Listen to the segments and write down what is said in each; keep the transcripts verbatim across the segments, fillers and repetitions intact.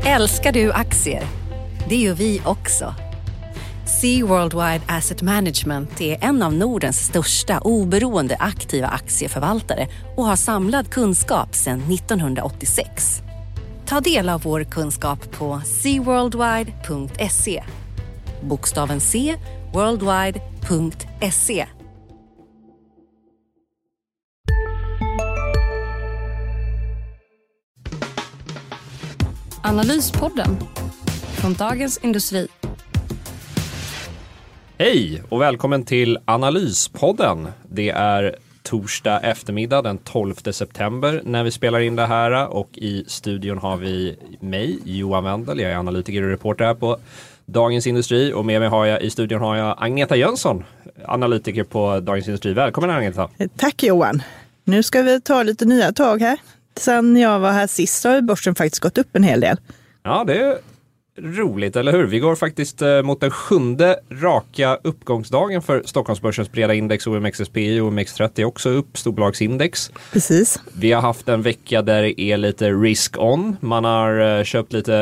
Älskar du aktier? Det gör vi också. Sea Worldwide Asset Management är en av Nordens största oberoende aktiva aktieförvaltare och har samlad kunskap sedan nittonhundraåttiosex. Ta del av vår kunskap på sea worldwide punkt se. Bokstaven C, worldwide punkt se. Analyspodden från Dagens Industri. Hej och välkommen till Analyspodden. Det är torsdag eftermiddag den tolfte september när vi spelar in det här, och i studion har vi mig, Johan Wendel. Jag är analytiker och reporter här på Dagens Industri, och med mig har jag i studion har jag Agneta Jönsson, analytiker på Dagens Industri. Välkommen Agneta. Tack Johan. Nu ska vi ta lite nya tag här. Sen jag var här sist har börsen faktiskt gått upp en hel del. Ja, det är roligt, eller hur? Vi går faktiskt eh, mot den sjunde raka uppgångsdagen för Stockholmsbörsens breda index. O M X S P och O M X trettio också upp, storbolagsindex. Precis. Vi har haft en vecka där det är lite risk on. Man har eh, köpt lite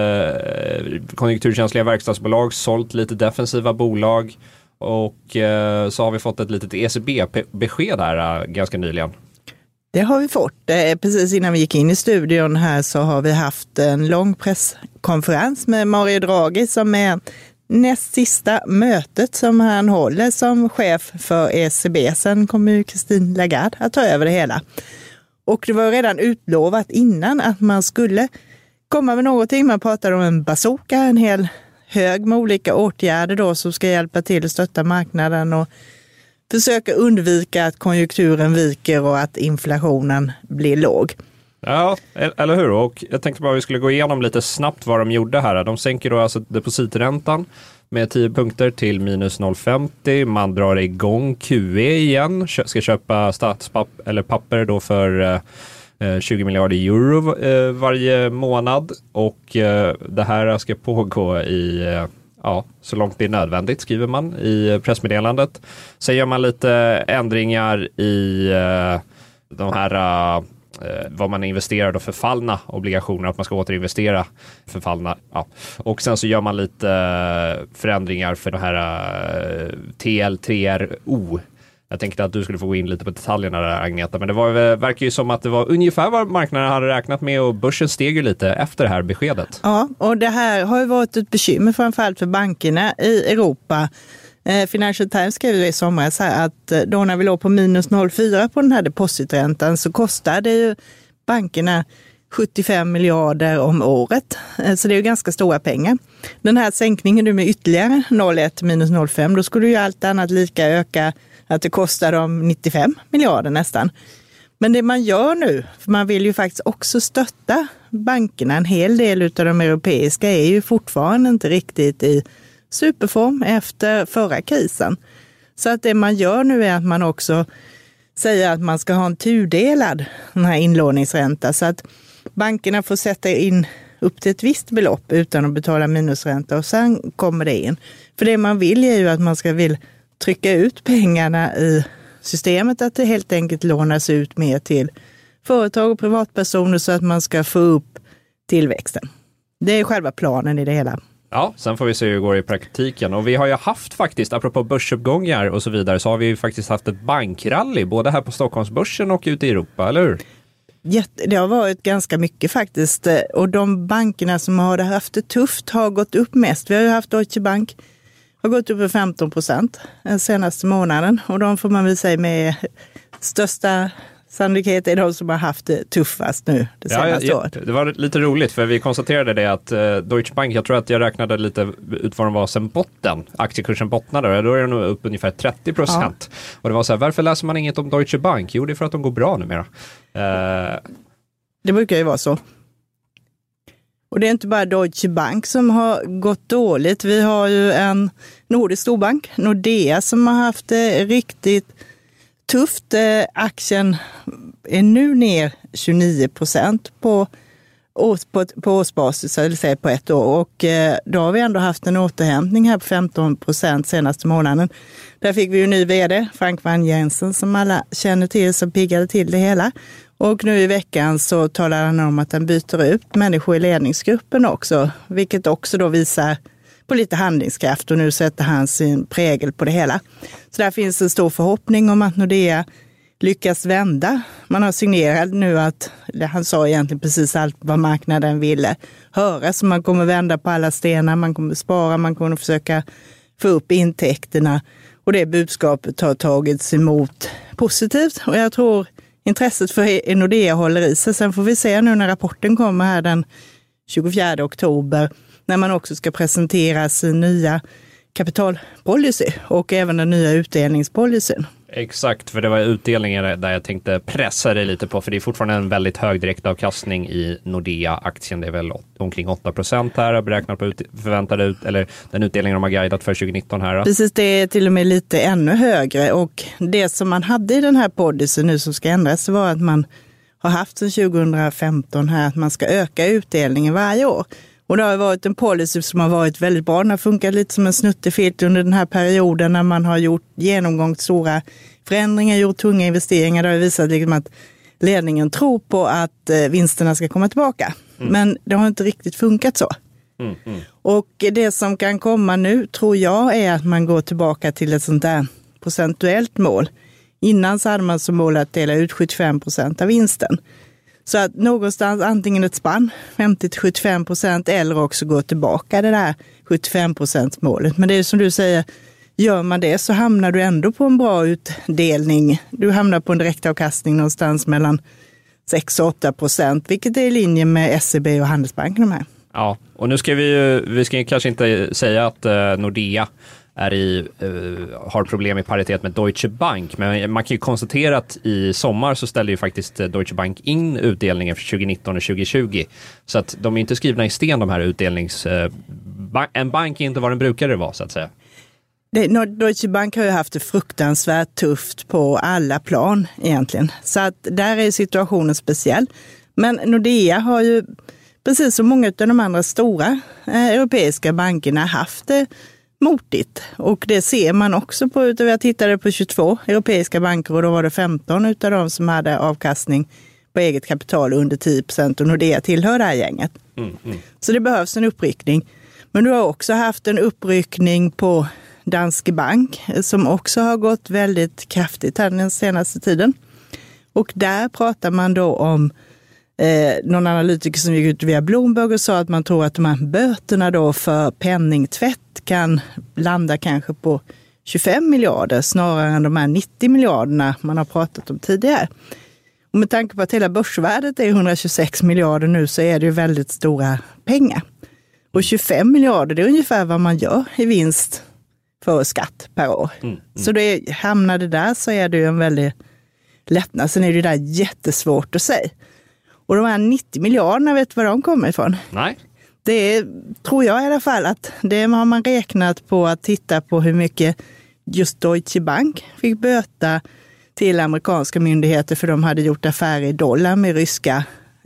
eh, konjunkturkänsliga verkstadsbolag, sålt lite defensiva bolag, och eh, så har vi fått ett litet E C B-besked här eh, ganska nyligen. Det har vi fått. Precis innan vi gick in i studion här så har vi haft en lång presskonferens med Mario Draghi som är näst sista mötet som han håller som chef för E C B. Sen kommer ju Christine Lagarde att ta över det hela. Och det var redan utlovat innan att man skulle komma med någonting. Man pratade om en bazooka, en hel hög med olika åtgärder då som ska hjälpa till att stötta marknaden och försöka undvika att konjunkturen viker och att inflationen blir låg. Ja, eller hur? Och jag tänkte bara att vi skulle gå igenom lite snabbt vad de gjorde här. De sänker då alltså depositräntan med tio punkter till minus noll komma femtio. Man drar igång Q E igen. Ska köpa statspapper eller papper då för eh, tjugo miljarder euro eh, varje månad. Och eh, det här ska pågå i... Eh, Ja, så långt det är nödvändigt, skriver man i pressmeddelandet. Sen gör man lite ändringar i eh, de här eh, vad man investerar då för fallna obligationer, att man ska återinvestera för fallna. Ja. Och sen så gör man lite förändringar för det här eh, T L tre R O. Jag tänkte att du skulle få gå in lite på detaljerna där, Agneta, men det var, verkar ju som att det var ungefär vad marknaden hade räknat med, och börsen steg ju lite efter det här beskedet. Ja, och det här har ju varit ett bekymmer framförallt för bankerna i Europa. Eh, Financial Times skrev i somras här att då när vi låg på minus noll komma fyra på den här depositräntan så kostade ju bankerna sjuttiofem miljarder om året. Eh, så det är ju ganska stora pengar. Den här sänkningen nu med ytterligare noll komma ett minus noll komma fem, då skulle ju allt annat lika öka att det kostar dem nittiofem miljarder nästan. Men det man gör nu, för man vill ju faktiskt också stötta bankerna, en hel del av de europeiska är ju fortfarande inte riktigt i superform efter förra krisen. Så att det man gör nu är att man också säger att man ska ha en tudelad den här inlåningsränta, så att bankerna får sätta in upp till ett visst belopp utan att betala minusränta, och sen kommer det in. För det man vill är ju att man ska vill trycka ut pengarna i systemet, att det helt enkelt lånas ut mer till företag och privatpersoner så att man ska få upp tillväxten. Det är själva planen i det hela. Ja, sen får vi se hur det går i praktiken. Och vi har ju haft faktiskt, apropå börsuppgångar och så vidare, så har vi faktiskt haft ett bankrally både här på Stockholmsbörsen och ute i Europa, eller hur? Det har varit ganska mycket faktiskt, och de bankerna som har haft det tufft har gått upp mest. Vi har ju haft Deutsche Bank, har gått upp med femton procent den senaste månaden, och de får man väl säga med största sannolikhet är de som har haft det tuffast nu det senaste ja, ja, året. Det var lite roligt för vi konstaterade det att uh, Deutsche Bank, jag tror att jag räknade lite ut vad de var sen botten, aktiekursen bottnade, och då är den nog upp ungefär trettio procent. Ja. Och det var så här, varför läser man inget om Deutsche Bank? Jo, det är för att de går bra numera. Uh... Det brukar ju vara så. Och det är inte bara Deutsche Bank som har gått dåligt. Vi har ju en nordisk storbank, Nordea, som har haft det riktigt tufft. Aktien är nu ner tjugonio procent på, på, på årsbasis, eller säga på ett år. Och då har vi ändå haft en återhämtning här på femton procent senaste månaden. Där fick vi ju ny vd, Frank Van Jensen, som alla känner till, som piggade till det hela. Och nu i veckan så talar han om att han byter ut människor i ledningsgruppen också, vilket också då visar på lite handlingskraft och nu sätter han sin prägel på det hela. Så där finns en stor förhoppning om att Nordea lyckas vända. Man har signerat nu att, han sa egentligen precis allt vad marknaden ville höra, så man kommer vända på alla stenar, man kommer spara, man kommer försöka få upp intäkterna och det budskapet har tagits emot positivt och jag tror intresset för Nordea håller i sig. Sen får vi se nu när rapporten kommer här den tjugofjärde oktober när man också ska presentera sin nya kapitalpolicy och även den nya utdelningspolicyn. Exakt, för det var utdelningar där jag tänkte pressa det lite på, för det är fortfarande en väldigt hög direktavkastning i Nordea-aktien. Det är väl omkring åtta procent här, beräknat på ut, förväntade ut, eller den utdelningen de har guidat för tjugonitton här. Precis, det är till och med lite ännu högre och det som man hade i den här policyn nu som ska ändras var att man har haft sedan tjugohundrafemton här att man ska öka utdelningen varje år. Och det har varit en policy som har varit väldigt bra. Den har funkat lite som en snuttefilt under den här perioden när man har gjort genomgångt stora förändringar, gjort tunga investeringar. Det har visat liksom att ledningen tror på att vinsterna ska komma tillbaka. Mm. Men det har inte riktigt funkat så. Mm, mm. Och det som kan komma nu tror jag är att man går tillbaka till ett sånt där procentuellt mål. Innan så hade man som mål att dela ut sjuttiofem procent av vinsten. Så att någonstans antingen ett spann, femtio till sjuttiofem procent, eller också gå tillbaka det där sjuttiofem procent målet. Men det är som du säger, gör man det så hamnar du ändå på en bra utdelning. Du hamnar på en direktavkastning någonstans mellan sex och åtta procent, vilket är i linje med S E B och Handelsbanken de här. Ja, och nu ska vi ju, vi ska kanske inte säga att uh, Nordea är i, uh, har problem i paritet med Deutsche Bank, men man kan ju konstatera att i sommar så ställer ju faktiskt Deutsche Bank in utdelningen för tjugonitton och tjugotjugo, så att de är inte skrivna i sten de här utdelnings... Uh, ba- en bank är inte vad den brukade vara så att säga. Det, Deutsche Bank har ju haft det fruktansvärt tufft på alla plan egentligen, så att där är situationen speciell. Men Nordea har ju, precis som många av de andra stora eh, europeiska bankerna, haft det motigt. Och det ser man också på, utöver jag tittade på tjugotvå europeiska banker och då var det femton utav dem som hade avkastning på eget kapital under tio procent och Nordea tillhör det här gänget. Mm, mm. Så det behövs en uppryckning. Men du har också haft en uppryckning på Danske Bank som också har gått väldigt kraftigt här den senaste tiden. Och där pratar man då om eh, någon analytiker som gick ut via Bloomberg och sa att man tror att de här böterna då för penningtvätt kan landa kanske på tjugofem miljarder snarare än de här nittio miljarderna man har pratat om tidigare. Och med tanke på att hela börsvärdet är etthundratjugosex miljarder nu så är det ju väldigt stora pengar. Och tjugofem miljarder, det är ungefär vad man gör i vinst för skatt per år. Mm, mm. Så det hamnar det där så är det ju en väldigt lättnad. Sen är det där jättesvårt att säga. Och de här nittio miljarderna, vet du var de kommer ifrån? Nej. Det är, tror jag i alla fall, att det har man räknat på att titta på hur mycket just Deutsche Bank fick böta till amerikanska myndigheter för de hade gjort affärer i dollar med ryska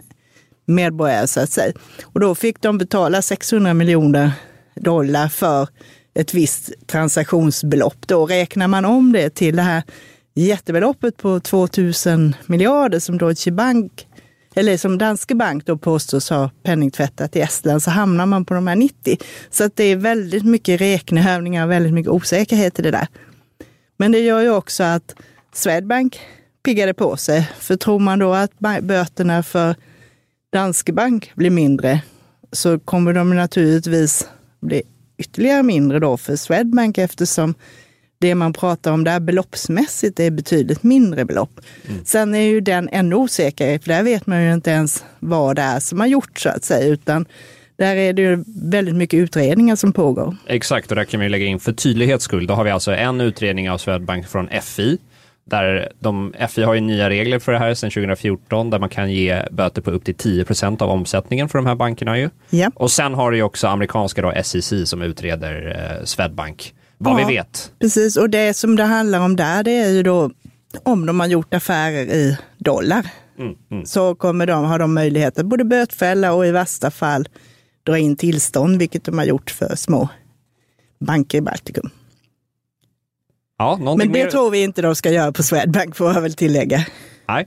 medborgare så att säga. Och då fick de betala sexhundra miljoner dollar för ett visst transaktionsbelopp. Då räknar man om det till det här jättebeloppet på tvåtusen miljarder som Deutsche Bank, eller som Danske Bank då påstås ha penningtvättat i Estland, så hamnar man på de här nittio. Så att det är väldigt mycket räkneövningar och väldigt mycket osäkerhet i det där. Men det gör ju också att Swedbank piggade på sig. För tror man då att böterna för Danske Bank blir mindre så kommer de naturligtvis bli ytterligare mindre då för Swedbank, eftersom det man pratar om där beloppsmässigt är betydligt mindre belopp. Mm. Sen är ju den ännu osäker, för där vet man ju inte ens vad det är som har gjort så att säga, utan där är det ju väldigt mycket utredningar som pågår. Exakt, och där kan vi lägga in för tydlighets skull. Då har vi alltså en utredning av Swedbank från F I. Där de, F I har ju nya regler för det här sedan tjugohundrafjorton där man kan ge böter på upp till tio procent av omsättningen för de här bankerna ju. Ja. Och sen har det ju också amerikanska då S E C som utreder eh, Swedbank. Vad ja, vi vet. Precis, och det som det handlar om där, det är ju då om de har gjort affärer i dollar. Mm, mm. Så kommer de ha de möjligheter både bötfälla och i värsta fall dra in tillstånd, vilket de har gjort för små banker i Baltikum. Ja, men det mer... tror vi inte de ska göra på Swedbank, får jag väl tillägga. Nej,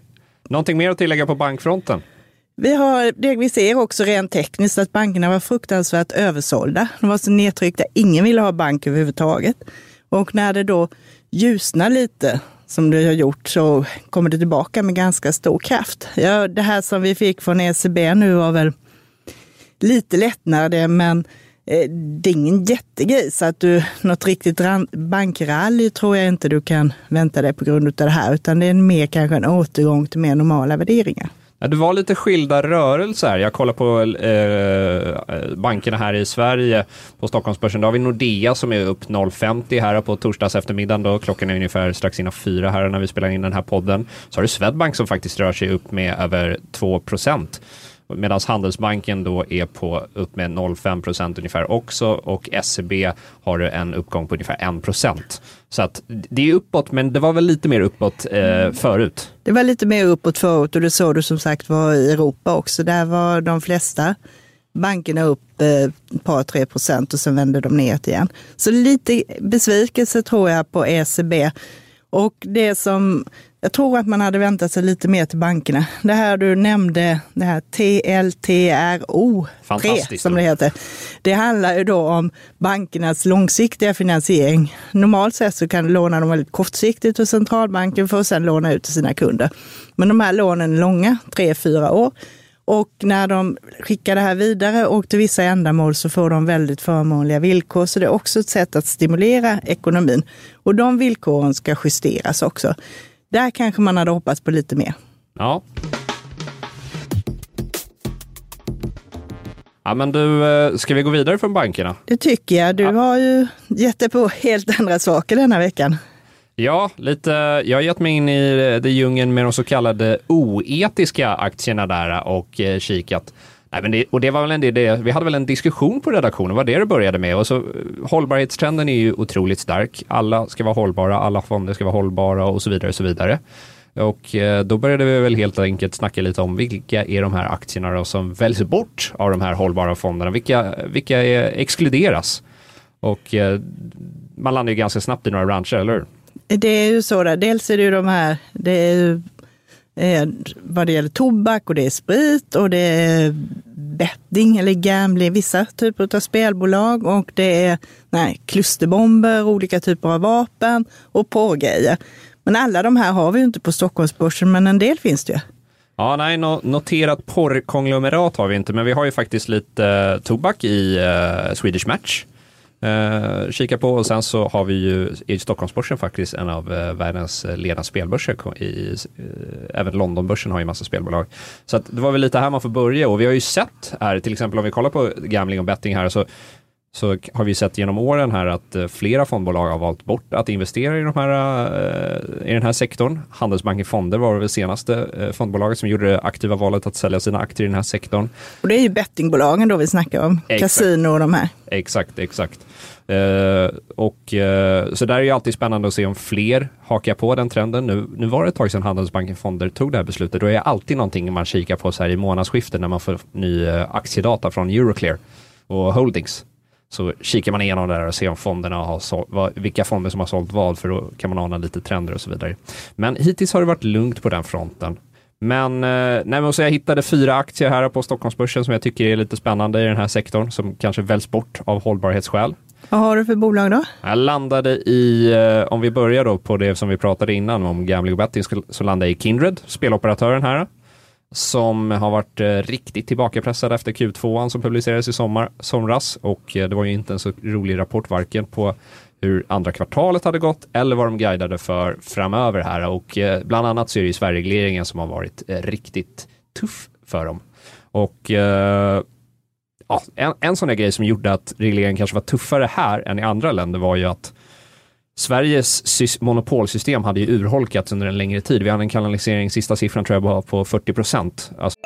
Någonting mer att tillägga på bankfronten? Vi har det vi ser också rent tekniskt att bankerna var fruktansvärt översålda. De var så nedtryckta, ingen ville ha bank överhuvudtaget. Och när det då ljusnar lite som det har gjort så kommer det tillbaka med ganska stor kraft. Ja, det här som vi fick från E C B nu var väl lite lättnad, men eh, det är ingen jättegrej. Så att du, något riktigt bankrally tror jag inte du kan vänta dig på grund av det här. Utan det är mer kanske en återgång till mer normala värderingar. Ja, det var lite skilda rörelser. Jag kollar på eh, bankerna här i Sverige på Stockholmsbörsen. Då har vi Nordea som är upp noll komma femtio här på torsdags eftermiddagen. Då. Klockan är ungefär strax innan fyra här när vi spelar in den här podden. Så har du Swedbank som faktiskt rör sig upp med över två procent. Medan Handelsbanken då är på upp med noll komma fem procent ungefär också. Och S C B har en uppgång på ungefär en procent. Så att det är uppåt, men det var väl lite mer uppåt eh, förut. Det var lite mer uppåt förut och det såg du som sagt var i Europa också. Där var de flesta bankerna upp eh, ett par, tre procent och sen vände de ner igen. Så lite besvikelse tror jag på E C B. Och det som jag tror att man hade väntat sig lite mer till bankerna. Det här du nämnde, det här T L T R O tre som det heter. Det handlar ju då om bankernas långsiktiga finansiering. Normalt sett så kan du låna dem väldigt kortsiktigt hos centralbanken för att sedan låna ut till sina kunder. Men de här lånen är långa, tre, fyra år. Och när de skickar det här vidare och till vissa ändamål så får de väldigt förmånliga villkor. Så det är också ett sätt att stimulera ekonomin. Och de villkoren ska justeras också. Där kanske man hade hoppats på lite mer. Ja. Ja, men du, ska vi gå vidare från bankerna? Det tycker jag. Du ja. har ju gett dig på helt andra saker den här veckan. Ja, lite, jag har gett mig in i det djungeln med de så kallade oetiska aktierna där och eh, kikat. Nej, men det, och det var väl en det, vi hade väl en diskussion på redaktionen, vad det det började med. Och så, hållbarhetstrenden är ju otroligt stark. Alla ska vara hållbara, alla fonder ska vara hållbara och så vidare och så vidare. Och eh, då började vi väl helt enkelt snacka lite om vilka är de här aktierna då som väljs bort av de här hållbara fonderna. Vilka, vilka är, exkluderas? Och eh, man landar ju ganska snabbt i några branscher, eller hur? Det är ju så där. Dels är det ju de här, det är ju eh, vad det gäller tobak och det är sprit och det är betting eller gambling, vissa typer av spelbolag och det är nej, klusterbomber, olika typer av vapen och porrgrejer. Men alla de här har vi ju inte på Stockholmsbörsen, men en del finns det ju. Ja, nej, no- noterat porrkonglomerat har vi inte, men vi har ju faktiskt lite uh, tobak i uh, Swedish Match. Uh, kika på och sen så har vi ju i Stockholmsbörsen faktiskt en av uh, världens ledande spelbörser i, uh, även Londonbörsen har ju massa spelbolag så att det var väl lite här man får börja och vi har ju sett här till exempel om vi kollar på gambling och betting här så, så har vi sett genom åren här att uh, flera fondbolag har valt bort att investera i, de här, uh, i den här sektorn. Handelsbanken Fonder var det senaste uh, fondbolaget som gjorde det aktiva valet att sälja sina aktier i den här sektorn. Och det är ju bettingbolagen då vi snackar om, kasino och de här. Exakt, exakt. Uh, och uh, så där är ju alltid spännande att se om fler hakar på den trenden. Nu, nu var det ett tag sedan Handelsbanken Fonder tog det här beslutet. Då är det alltid någonting man kikar på så här i månadsskiftet när man får ny uh, aktiedata från Euroclear och Holdings. Så kikar man igenom det där och ser om fonderna har sålt, vad, vilka fonder som har sålt vad för då kan man ana lite trender och så vidare. Men hittills har det varit lugnt på den fronten. Men, eh, nej, men så jag hittade fyra aktier här på Stockholmsbörsen som jag tycker är lite spännande i den här sektorn som kanske väljs bort av hållbarhetsskäl. Vad har du för bolag då? Jag landade i, eh, om vi börjar då på det som vi pratade innan om gambling och betting så landade jag i Kindred, speloperatören här. Som har varit eh, riktigt tillbakapressad efter Q två som publicerades i sommar, somras och eh, det var ju inte en så rolig rapport varken på hur andra kvartalet hade gått eller vad de guidade för framöver här och eh, bland annat så är det ju Sverigeregleringen som har varit eh, riktigt tuff för dem och eh, ja, en, en sån där grej som gjorde att regleringen kanske var tuffare här än i andra länder var ju att Sveriges sys- monopolsystem hade ju urholkats under en längre tid. Vi hade en kanalisering, sista siffran tror jag var på fyrtio procent. Alltså...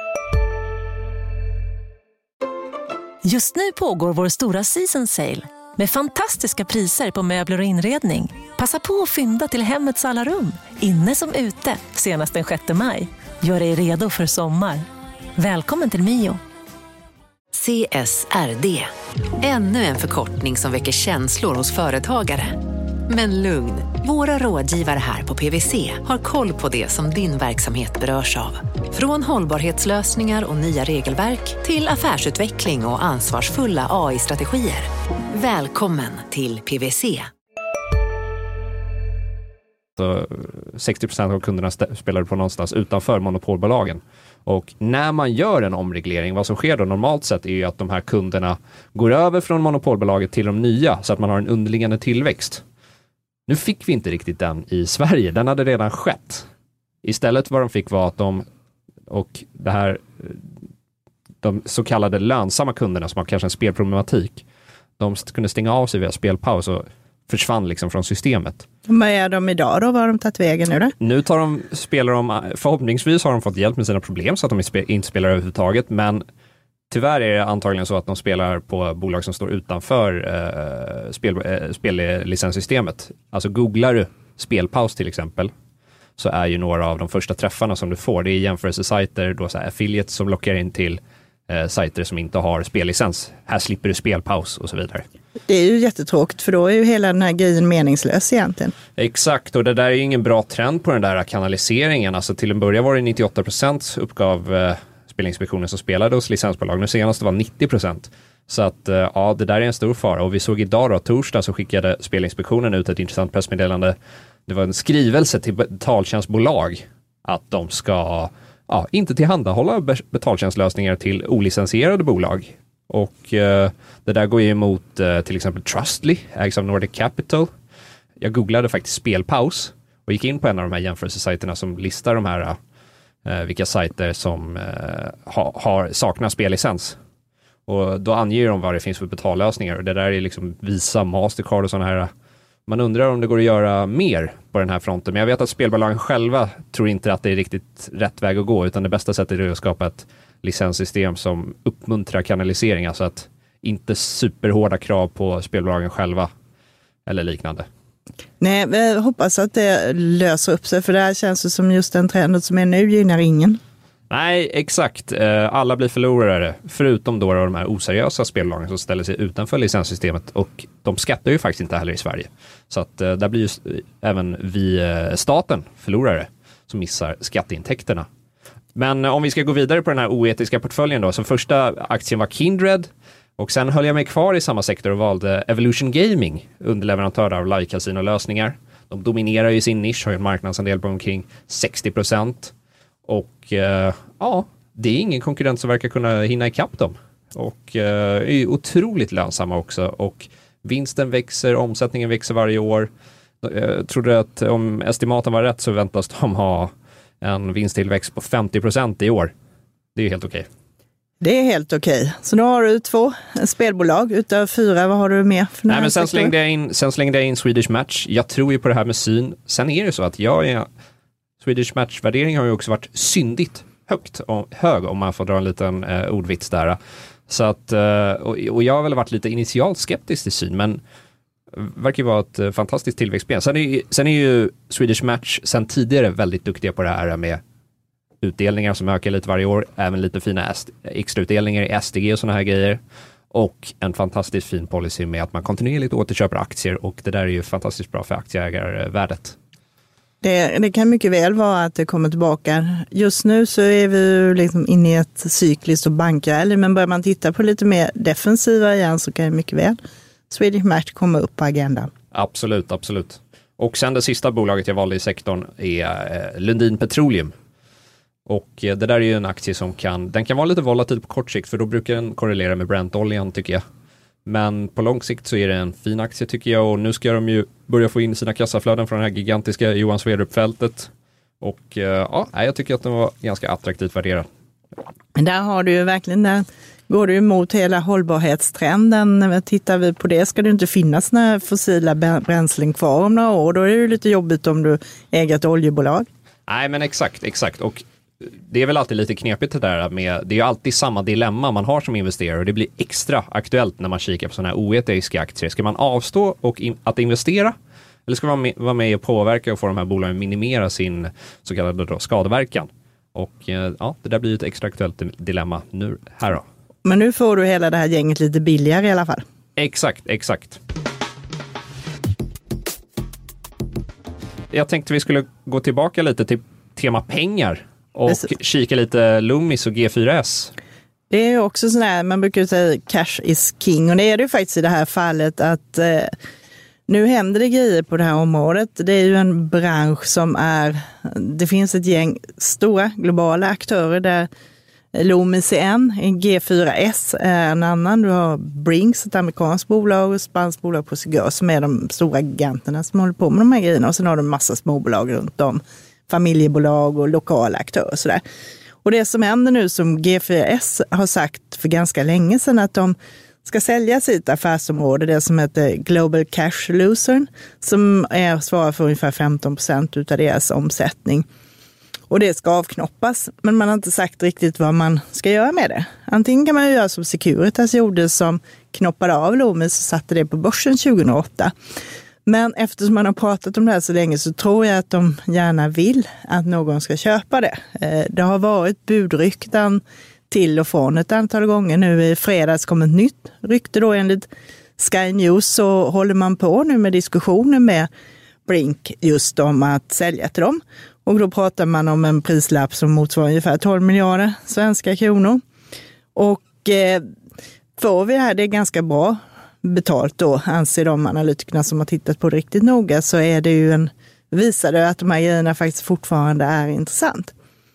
Just nu pågår vår stora season sale med fantastiska priser på möbler och inredning. Passa på att fynda till hemmets alla rum, inne som ute, senast den sjätte maj. Gör dig redo för sommar. Välkommen till Mio. C S R D. Ännu en förkortning som väcker känslor hos företagare. Men lugn, Våra rådgivare här på P W C har koll på det som din verksamhet berörs av. Från hållbarhetslösningar och nya regelverk till affärsutveckling och ansvarsfulla A I-strategier. Välkommen till P W C. Så sextio procent av kunderna st- spelar på någonstans utanför monopolbolagen. Och när man gör en omreglering, vad som sker då normalt sett är ju att de här kunderna går över från monopolbolaget till de nya så att man har en underliggande tillväxt. Nu fick vi inte riktigt den i Sverige, den hade redan skett. Istället vad de fick var att de, och det här, de så kallade lönsamma kunderna som har kanske en spelproblematik, de kunde stänga av sig via spelpaus och försvann liksom från systemet. Vad är de idag då? Vad har de tagit vägen nu då? Nu tar de, spelar de, förhoppningsvis har de fått hjälp med sina problem så att de inte spelar överhuvudtaget, men tyvärr är det antagligen så att de spelar på bolag som står utanför eh, spel, eh, spellicenssystemet. Alltså googlar du spelpaus till exempel, så är ju några av de första träffarna som du får, det är jämförelsesajter, då så här affiliates som lockar in till eh, sajter som inte har spellicens. Här slipper du spelpaus och så vidare. Det är ju jättetråkigt, för då är ju hela den här grejen meningslös egentligen. Exakt, och det där är ju ingen bra trend på den där kanaliseringen. Alltså till en början var det nittioåtta procent uppgav eh, Spelinspektionen som spelade hos licensbolag. Nu senast var det nittio procent. Så att eh, ja, det där är en stor fara. Och vi såg idag då, torsdag, så skickade Spelinspektionen ut ett intressant pressmeddelande. Det var en skrivelse till betaltjänstbolag att de ska ja, inte tillhandahålla betaltjänstlösningar till olicensierade bolag. Och eh, det där går ju emot eh, till exempel Trustly, ägs av Nordic Capital. Jag googlade faktiskt spelpaus och gick in på en av de här jämförelsesajterna som listar de här eh, vilka sajter som eh, ha, har, saknar spellicens. Och då anger de vad det finns för betallösningar. Och det där är liksom Visa, Mastercard och sådana här. Man undrar om det går att göra mer på den här fronten. Men jag vet att spelbolagen själva tror inte att det är riktigt rätt väg att gå. Utan det bästa sättet är att skapa ett licenssystem som uppmuntrar kanalisering. Alltså att inte superhårda krav på spelbolagen själva eller liknande. Nej, jag hoppas att det löser upp sig. För det här känns det som just den trenden som är nu gynnar ingen. Nej, exakt. Alla blir förlorare, förutom då de här oseriösa spelbolagen som ställer sig utanför licenssystemet, och de skattar ju faktiskt inte heller i Sverige. Så att där blir ju även vi, staten, förlorare som missar skatteintäkterna. Men om vi ska gå vidare på den här oetiska portföljen då, så första aktien var Kindred, och sen höll jag mig kvar i samma sektor och valde Evolution Gaming, underleverantör av live-casino-lösningar. De dominerar ju sin nisch, har ju en marknadsandel på omkring sextio procent. Och eh, ja, det är ingen konkurrent som verkar kunna hinna ikapp dem. Och eh, är otroligt lönsamma också. Och vinsten växer, omsättningen växer varje år. Jag trodde att om estimaten var rätt så väntas de ha en vinsttillväxt på femtio procent i år. Det är ju helt okej. Det är helt okej. Så nu har du två spelbolag utav fyra. Vad har du med för Nej, men sen slängde, jag in, sen slängde jag in Swedish Match. Jag tror ju på det här med syn. Sen är det så att jag är... Swedish Match-värdering har ju också varit syndigt högt och hög, om man får dra en liten eh, ordvits där. Så att, eh, och, och jag har väl varit lite initialt skeptisk till syn, men verkar ju vara ett eh, fantastiskt tillväxtben. Sen är, sen är ju Swedish Match sen tidigare väldigt duktiga på det här med utdelningar som ökar lite varje år, även lite fina extrautdelningar i S D G och sådana här grejer. Och en fantastiskt fin policy med att man kontinuerligt återköper aktier, och det där är ju fantastiskt bra för aktieägarvärdet. Det, det kan mycket väl vara att det kommer tillbaka. Just nu så är vi liksom inne i ett cykliskt och bankrally, men börjar man titta på lite mer defensiva igen så kan det mycket väl Swedish Match komma upp på agendan. Absolut, absolut. Och sen det sista bolaget jag valde i sektorn är eh, Lundin Petroleum. Och eh, det där är ju en aktie som kan, den kan vara lite volatil på kort sikt, för då brukar den korrelera med Brent-oljan, tycker jag. Men på lång sikt så är det en fin aktie, tycker jag, och nu ska de ju börja få in sina kassaflöden från det här gigantiska Johan Sverdrup-fältet. Och eh, ja, jag tycker att den var ganska attraktivt värderad. Men där har du ju verkligen, där går du emot hela hållbarhetstrenden. Tittar vi på det ska det inte finnas några fossila bränslen kvar om några år. Då är det ju lite jobbigt om du äger ett oljebolag. Nej, men exakt, exakt. Och det är väl alltid lite knepigt det där med, det är ju alltid samma dilemma man har som investerare, och det blir extra aktuellt när man kikar på sådana här oetiska aktier. Ska man avstå och in, att investera, eller ska man med, vara med och påverka och få de här bolagen minimera sin så kallade då skadeverkan? Och ja, det där blir ju ett extra aktuellt dilemma nu här då. Men nu får du hela det här gänget lite billigare i alla fall. Exakt, exakt. Jag tänkte vi skulle gå tillbaka lite till tema pengar och Precis. kika lite Loomis och G fyra S. Det är också sån här, man brukar säga cash is king, och det är det ju faktiskt i det här fallet att eh, nu händer det grejer på det här området. Det är ju en bransch som är, det finns ett gäng stora globala aktörer där Loomis är en, G fyra S är en annan. Du har Brinks, ett amerikanskt bolag, och ett spanskt bolag på Cigar som är de stora giganterna som håller på med de här grejerna. Och sen har du en massa småbolag runt om, familjebolag och lokala aktörer och sådär. Och det som händer nu, som G fyra S har sagt för ganska länge sedan, att de ska sälja sitt affärsområde, det som heter Global Cash Solution, som är svarar för ungefär femton procent av deras omsättning. Och det ska avknoppas, men man har inte sagt riktigt vad man ska göra med det. Antingen kan man ju göra som Securitas gjorde, som knoppade av Loomis och satte det på börsen tjugohundraåtta. Men eftersom man har pratat om det här så länge så tror jag att de gärna vill att någon ska köpa det. Det har varit budrykten till och från ett antal gånger. Nu i fredags kom ett nytt rykte då, enligt Sky News så håller man på nu med diskussioner med Brink just om att sälja till dem. Och då pratar man om en prislapp som motsvarar ungefär tolv miljarder svenska kronor. Och eh, får vi här, det är ganska bra betalt då, anser de analytikerna som har tittat på det riktigt noga, så är det ju en, visar det att de här grejerna faktiskt fortfarande är intressant.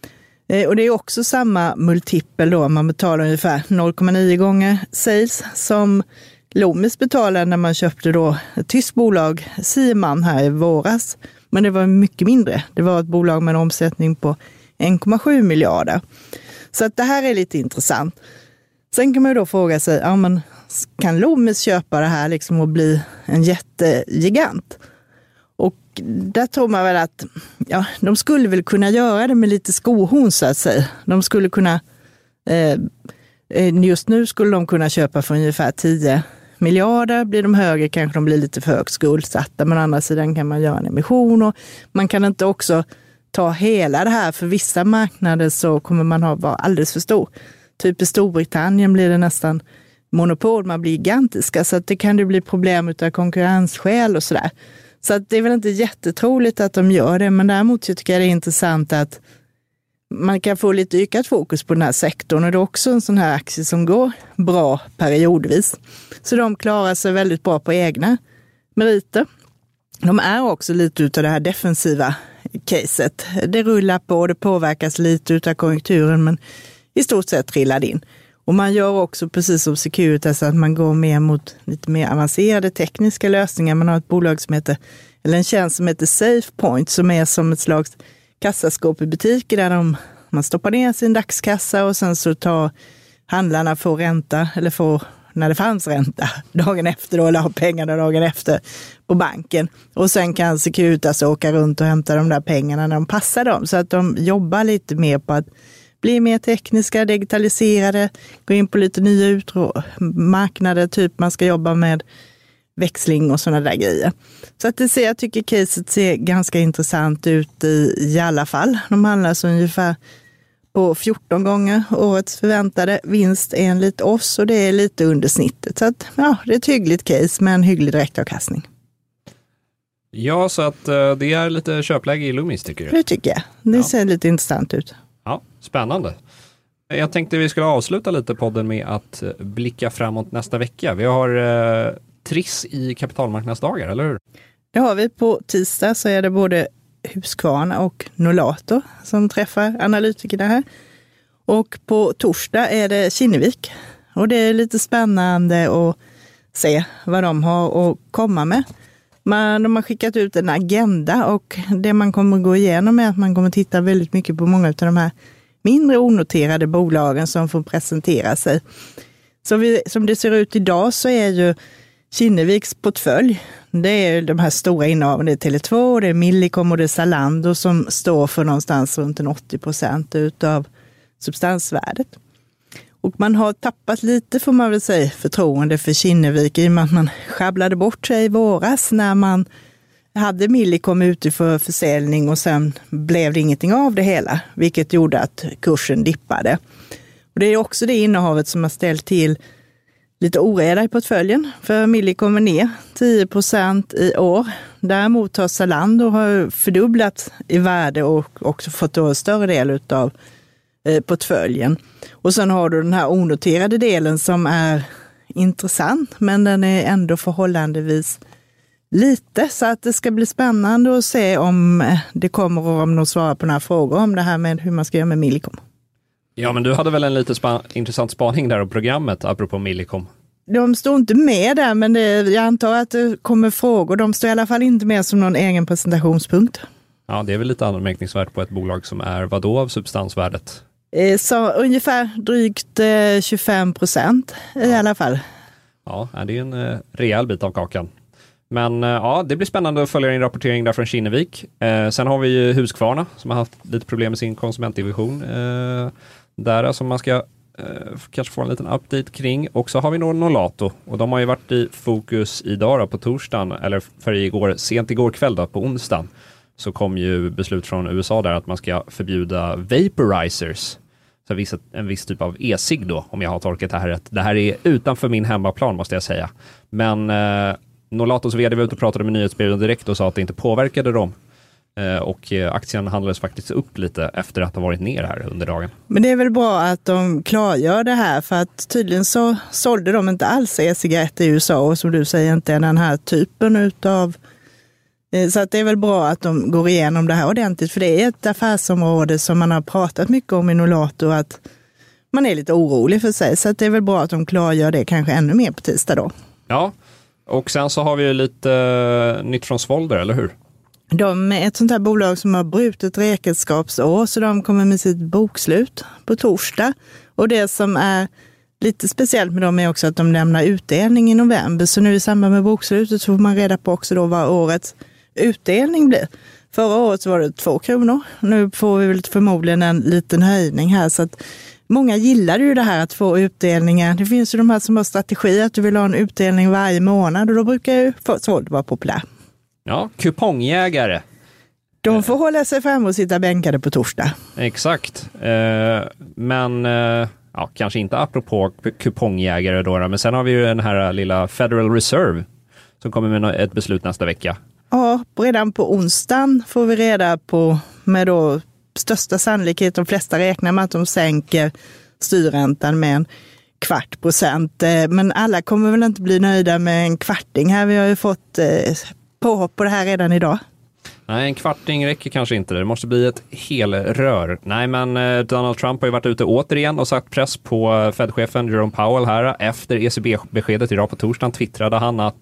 Eh, och det är också samma multipel då, man betalar ungefär noll komma nio gånger sales som Loomis betalade när man köpte då ett tyskt bolag, Siemann, här i våras. Men det var mycket mindre. Det var ett bolag med en omsättning på en komma sju miljarder. Så att det här är lite intressant. Sen kan man ju då fråga sig, ja, men kan Loomis köpa det här liksom och bli en jättegigant? Och där tror man väl att ja, de skulle väl kunna göra det med lite skohorn så att säga. De skulle kunna, eh, just nu skulle de kunna köpa för ungefär tio miljarder. Blir de högre kanske de blir lite för högt skuldsatta, men å andra sidan kan man göra en emission, och man kan inte också ta hela det här, för vissa marknader så kommer man ha vara alldeles för stor. Typ i Storbritannien blir det nästan monopol, man blir gigantiska, så att det kan det bli problem utav konkurrensskäl och sådär. Så att det är väl inte jättetroligt att de gör det, men däremot tycker jag det är intressant att man kan få lite ökat fokus på den här sektorn, och det är också en sån här aktie som går bra periodvis. Så de klarar sig väldigt bra på egna meriter. De är också lite utav det här defensiva caset. Det rullar på och det påverkas lite utav konjunkturen, men i stort sett trillar in. Och man gör också precis som Securitas att man går mer mot lite mer avancerade tekniska lösningar. Man har ett bolag som heter, eller en tjänst som heter SafePoint, som är som ett slags kassaskåp i butiker där de, man stoppar ner sin dagskassa och sen så tar handlarna får ränta, eller får, när det fanns ränta, dagen efter då, eller har pengarna dagen efter på banken. Och sen kan Securitas åka runt och hämta de där pengarna när de passar dem. Så att de jobbar lite mer på att bli mer tekniska, digitaliserade, gå in på lite nya utrå- marknader, typ man ska jobba med växling och sådana där grejer. Så att det ser, jag tycker caset ser ganska intressant ut i, i alla fall. De handlar så ungefär på fjorton gånger årets förväntade vinst enligt oss, och det är lite under snittet. Så att ja, det är ett hyggligt case med en hygglig direktavkastning. Ja, så att uh, det är lite köpläge i Loomis, tycker du? Det tycker jag. Det ja. ser lite intressant ut. Ja, spännande. Jag tänkte vi skulle avsluta lite podden med att blicka framåt nästa vecka. Vi har uh, Triss i kapitalmarknadsdagar, eller hur? Det har vi. På tisdag så är det både Husqvarna och Nolato som träffar analytikerna här. Och på torsdag är det Kinnevik. Och det är lite spännande att se vad de har att komma med. Man, de har skickat ut en agenda, och det man kommer att gå igenom är att man kommer att titta väldigt mycket på många av de här mindre onoterade bolagen som får presentera sig. Så vi, som det ser ut idag så är ju Kinneviks portfölj, det är de här stora innehaven, det är Tele två, det är Millicom och det är Zalando som står för någonstans runt en åttio procent utav substansvärdet. Och man har tappat lite, får man väl säga, förtroende för Kinnevik i och med att man sjabblade bort sig i våras när man hade Millicom ute för försäljning, och sen blev det ingenting av det hela, vilket gjorde att kursen dippade. Och det är också det innehavet som har ställt till lite oreda i portföljen. För Milli kommer ner tio procent i år. Däremot har Zalando har fördubblat i värde och också fått en större del av portföljen. Och sen har du den här onoterade delen som är intressant, men den är ändå förhållandevis lite, så att det ska bli spännande att se om det kommer, om de svarar på några frågor om det här med hur man ska göra med Millicom. Ja, men du hade väl en lite spa- intressant spaning där om programmet apropå Millicom? De står inte med där, men det, jag antar att det kommer frågor. De står i alla fall inte med som någon egen presentationspunkt. Ja, det är väl lite anmärkningsvärt på ett bolag som är vadå av substansvärdet? Så ungefär drygt tjugofem procent i ja. alla fall. Ja, det är en uh, rejäl bit av kakan. Men uh, ja, det blir spännande att följa en rapportering där från Kinnevik. Uh, sen har vi ju Husqvarna som har haft lite problem med sin konsumentdivision. Uh, där alltså man ska uh, kanske få en liten update kring. Och så har vi nog Nolato. Och de har ju varit i fokus idag då, på torsdagen, eller för igår, sent igår kväll då, på onsdagen. Så kom ju beslut från U S A där att man ska förbjuda vaporizers. Så en viss, en viss typ av e-cigg då, om jag har tolkat det här rätt. Det här är utanför min hemmaplan måste jag säga. Men eh, Nolatos vd var ute och pratade med nyhetsbyrån direkt och sa att det inte påverkade dem. Eh, och eh, aktien handlades faktiskt upp lite efter att ha varit ner här under dagen. Men det är väl bra att de klargör det här, för att tydligen så sålde de inte alls e-cigaretter i U S A och som du säger inte är den här typen utav. Så att det är väl bra att de går igenom det här ordentligt, för det är ett affärsområde som man har pratat mycket om i Nolato, att man är lite orolig för sig. Så att det är väl bra att de klargör det kanske ännu mer på tisdag då. Ja, och sen så har vi ju lite uh, nytt från Svolder, eller hur? De är ett sånt här bolag som har brutit räkenskapsår, så de kommer med sitt bokslut på torsdag. Och det som är lite speciellt med dem är också att de lämnar utdelning i november. Så nu i samband med bokslutet så får man reda på också då vad årets utdelning blir. Förra året så var det två kronor. Nu får vi väl förmodligen en liten höjning här. Så att många gillar ju det här att få utdelningar. Det finns ju de här som har strategi att du vill ha en utdelning varje månad. Och då brukar ju Svolder vara populär. Ja, kupongjägare. De får hålla sig fram och sitta bänkade på torsdag. Exakt. Eh, men... Eh... Ja, kanske inte apropå kupongjägare då, men sen har vi ju den här lilla Federal Reserve som kommer med ett beslut nästa vecka. Ja, redan på onsdagen får vi reda på, med då största sannolikhet, de flesta räknar med att de sänker styrräntan med en kvart procent. Men alla kommer väl inte bli nöjda med en kvarting här. Vi har ju fått påhopp på det här redan idag. Nej, en kvarting räcker kanske inte. Det måste bli ett helrör. Nej, men eh, Donald Trump har ju varit ute återigen och satt press på Fed-chefen Jerome Powell här. Efter E C B-beskedet idag på torsdagen twittrade han att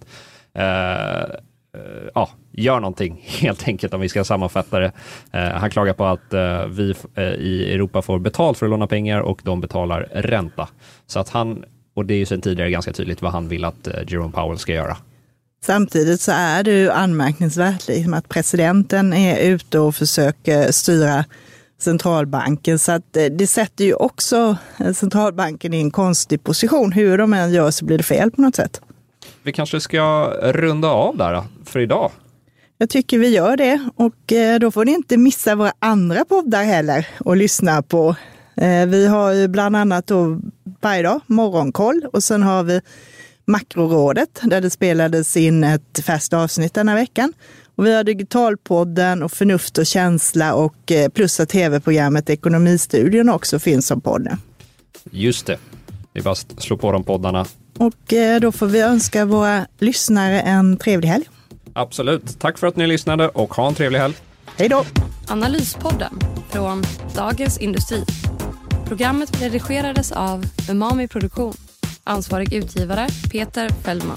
eh, eh, ja, gör någonting helt enkelt om vi ska sammanfatta det. Eh, han klagar på att eh, vi eh, i Europa får betalt för att låna pengar och de betalar ränta. Så att han, och det är ju sedan tidigare ganska tydligt vad han vill att eh, Jerome Powell ska göra. Samtidigt så är det ju anmärkningsvärt liksom att presidenten är ute och försöker styra centralbanken. Så att det sätter ju också centralbanken i en konstig position. Hur de än gör så blir det fel på något sätt. Vi kanske ska runda av där för idag. Jag tycker vi gör det. Och då får ni inte missa våra andra poddar heller och lyssna på. Vi har ju bland annat då varje dag morgonkoll och sen har vi Makrorådet där det spelades in ett färskt avsnitt denna veckan. Och vi har Digitalpodden och Förnuft och känsla och plus att tv-programmet Ekonomistudion också finns som podden. Just det. Det är bara att slå på de poddarna. Och då får vi önska våra lyssnare en trevlig helg. Absolut. Tack för att ni lyssnade och ha en trevlig helg. Hej då! Analyspodden från Dagens Industri. Programmet redigerades av Umami Produktion. Ansvarig utgivare Peter Fällman.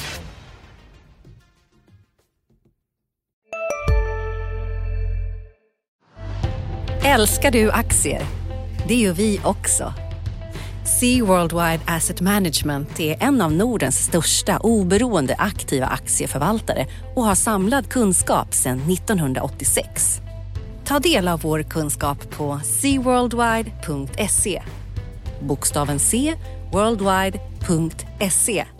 Älskar du aktier? Det gör vi också. Sea Worldwide Asset Management är en av Nordens största oberoende aktiva aktieförvaltare och har samlad kunskap sedan nittonhundraåttiosex. Ta del av vår kunskap på sea worldwide punkt se. Bokstaven C, worldwide punkt se.